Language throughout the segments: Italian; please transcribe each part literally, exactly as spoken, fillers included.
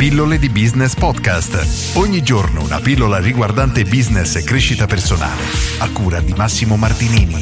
Pillole di Business Podcast. Ogni giorno una pillola riguardante business e crescita personale. A cura di Massimo Martinini.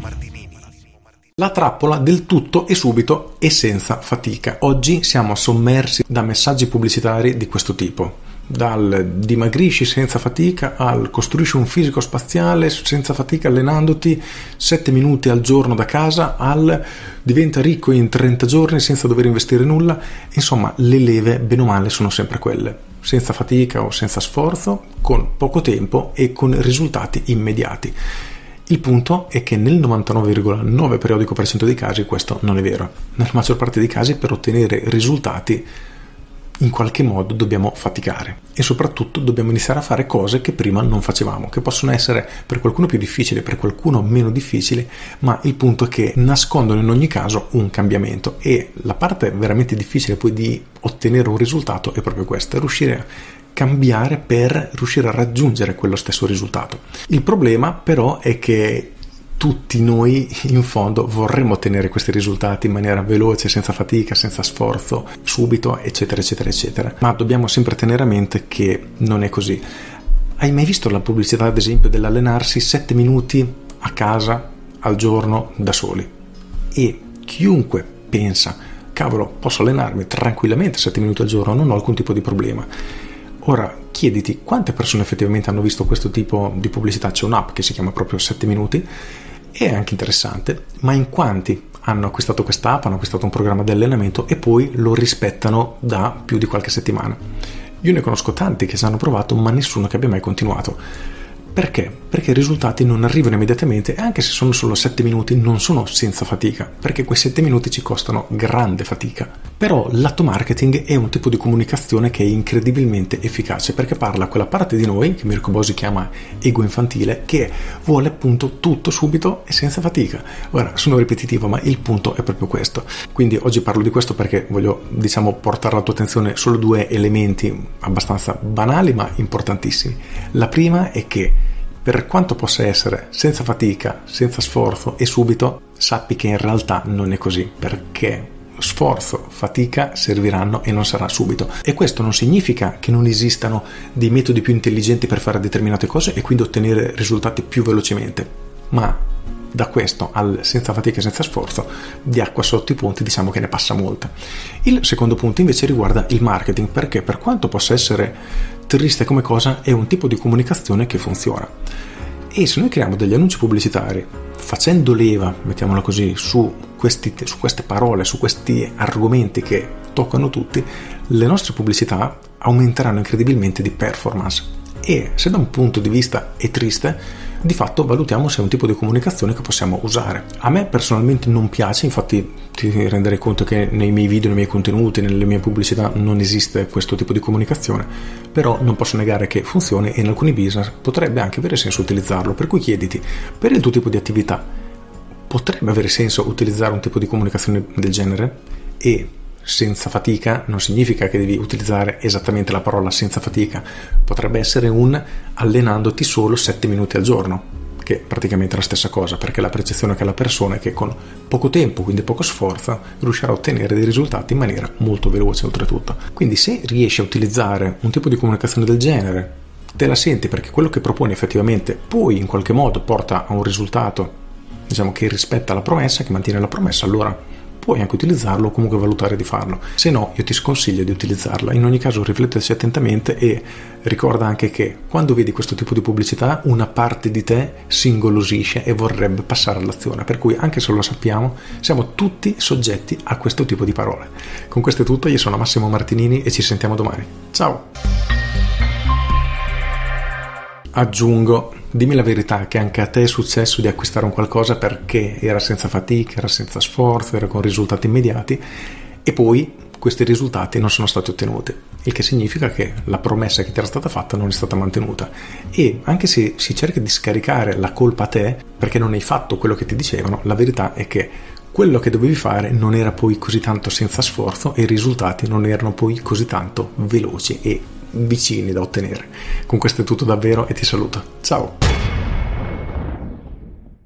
La trappola del tutto e subito e senza fatica. Oggi siamo sommersi da messaggi pubblicitari di questo tipo. Dal dimagrisci senza fatica al costruisci un fisico spaziale senza fatica allenandoti sette minuti al giorno da casa al diventa ricco in trenta giorni senza dover investire nulla. Insomma, le leve bene o male sono sempre quelle: senza fatica o senza sforzo, con poco tempo e con risultati immediati. Il punto è che nel novantanove virgola nove periodico per cento dei casi questo non è vero. Nella maggior parte dei casi per ottenere risultati in qualche modo dobbiamo faticare e soprattutto dobbiamo iniziare a fare cose che prima non facevamo, che possono essere per qualcuno più difficili, per qualcuno meno difficili, ma il punto è che nascondono in ogni caso un cambiamento. E la parte veramente difficile poi di ottenere un risultato è proprio questa: riuscire a cambiare per riuscire a raggiungere quello stesso risultato. Il problema però è che tutti noi in fondo vorremmo ottenere questi risultati in maniera veloce, senza fatica, senza sforzo, subito, eccetera eccetera eccetera, ma dobbiamo sempre tenere a mente che non è così. Hai mai visto la pubblicità, ad esempio, dell'allenarsi sette minuti a casa al giorno da soli? E chiunque pensa: cavolo, posso allenarmi tranquillamente sette minuti al giorno, non ho alcun tipo di problema. Ora chiediti quante persone effettivamente hanno visto questo tipo di pubblicità. C'è un'app che si chiama proprio sette minuti, è anche interessante, ma in quanti hanno acquistato questa app, hanno acquistato un programma di allenamento e poi lo rispettano da più di qualche settimana? Io ne conosco tanti che ci hanno provato, ma nessuno che abbia mai continuato. Perché? Perché i risultati non arrivano immediatamente, e anche se sono solo sette minuti non sono senza fatica, perché quei sette minuti ci costano grande fatica. Però l'atto marketing è un tipo di comunicazione che è incredibilmente efficace, perché parla a quella parte di noi che Mirko Bosi chiama ego infantile, che vuole appunto tutto subito e senza fatica. Ora, sono ripetitivo, ma il punto è proprio questo. Quindi oggi parlo di questo perché voglio, diciamo, portare alla tua attenzione solo due elementi abbastanza banali ma importantissimi. La prima è che per quanto possa essere senza fatica, senza sforzo e subito, sappi che in realtà non è così, perché sforzo, fatica serviranno e non sarà subito. E questo non significa che non esistano dei metodi più intelligenti per fare determinate cose e quindi ottenere risultati più velocemente, ma da questo al senza fatica e senza sforzo di acqua sotto i ponti diciamo che ne passa molta. Il secondo punto invece riguarda il marketing, perché per quanto possa essere triste come cosa è un tipo di comunicazione che funziona. E se noi creiamo degli annunci pubblicitari facendo leva, mettiamola così, su, questi, su queste parole, su questi argomenti che toccano tutti, le nostre pubblicità aumenteranno incredibilmente di performance. E se da un punto di vista è triste, di fatto valutiamo se è un tipo di comunicazione che possiamo usare. A me personalmente non piace, infatti ti renderai conto che nei miei video, nei miei contenuti, nelle mie pubblicità non esiste questo tipo di comunicazione, però non posso negare che funzioni e in alcuni business potrebbe anche avere senso utilizzarlo. Per cui chiediti, per il tuo tipo di attività potrebbe avere senso utilizzare un tipo di comunicazione del genere? E senza fatica non significa che devi utilizzare esattamente la parola senza fatica, potrebbe essere un allenandoti solo sette minuti al giorno, che è praticamente la stessa cosa, perché la percezione che ha la persona è che con poco tempo, quindi poco sforzo, riuscirà a ottenere dei risultati in maniera molto veloce oltretutto. Quindi se riesci a utilizzare un tipo di comunicazione del genere, te la senti perché quello che proponi effettivamente poi in qualche modo porta a un risultato, diciamo, che rispetta la promessa, che mantiene la promessa, allora puoi anche utilizzarlo o comunque valutare di farlo. Se no, io ti sconsiglio di utilizzarla. In ogni caso rifletteci attentamente e ricorda anche che quando vedi questo tipo di pubblicità una parte di te si ingolosisce e vorrebbe passare all'azione, per cui anche se lo sappiamo siamo tutti soggetti a questo tipo di parole. Con questo è tutto, io sono Massimo Martinini e ci sentiamo domani. Ciao! Aggiungo, dimmi la verità, che anche a te è successo di acquistare un qualcosa perché era senza fatica, era senza sforzo, era con risultati immediati e poi questi risultati non sono stati ottenuti, il che significa che la promessa che ti era stata fatta non è stata mantenuta. E anche se si cerca di scaricare la colpa a te perché non hai fatto quello che ti dicevano, la verità è che quello che dovevi fare non era poi così tanto senza sforzo e i risultati non erano poi così tanto veloci e vicini da ottenere. Con questo è tutto davvero e ti saluto. Ciao!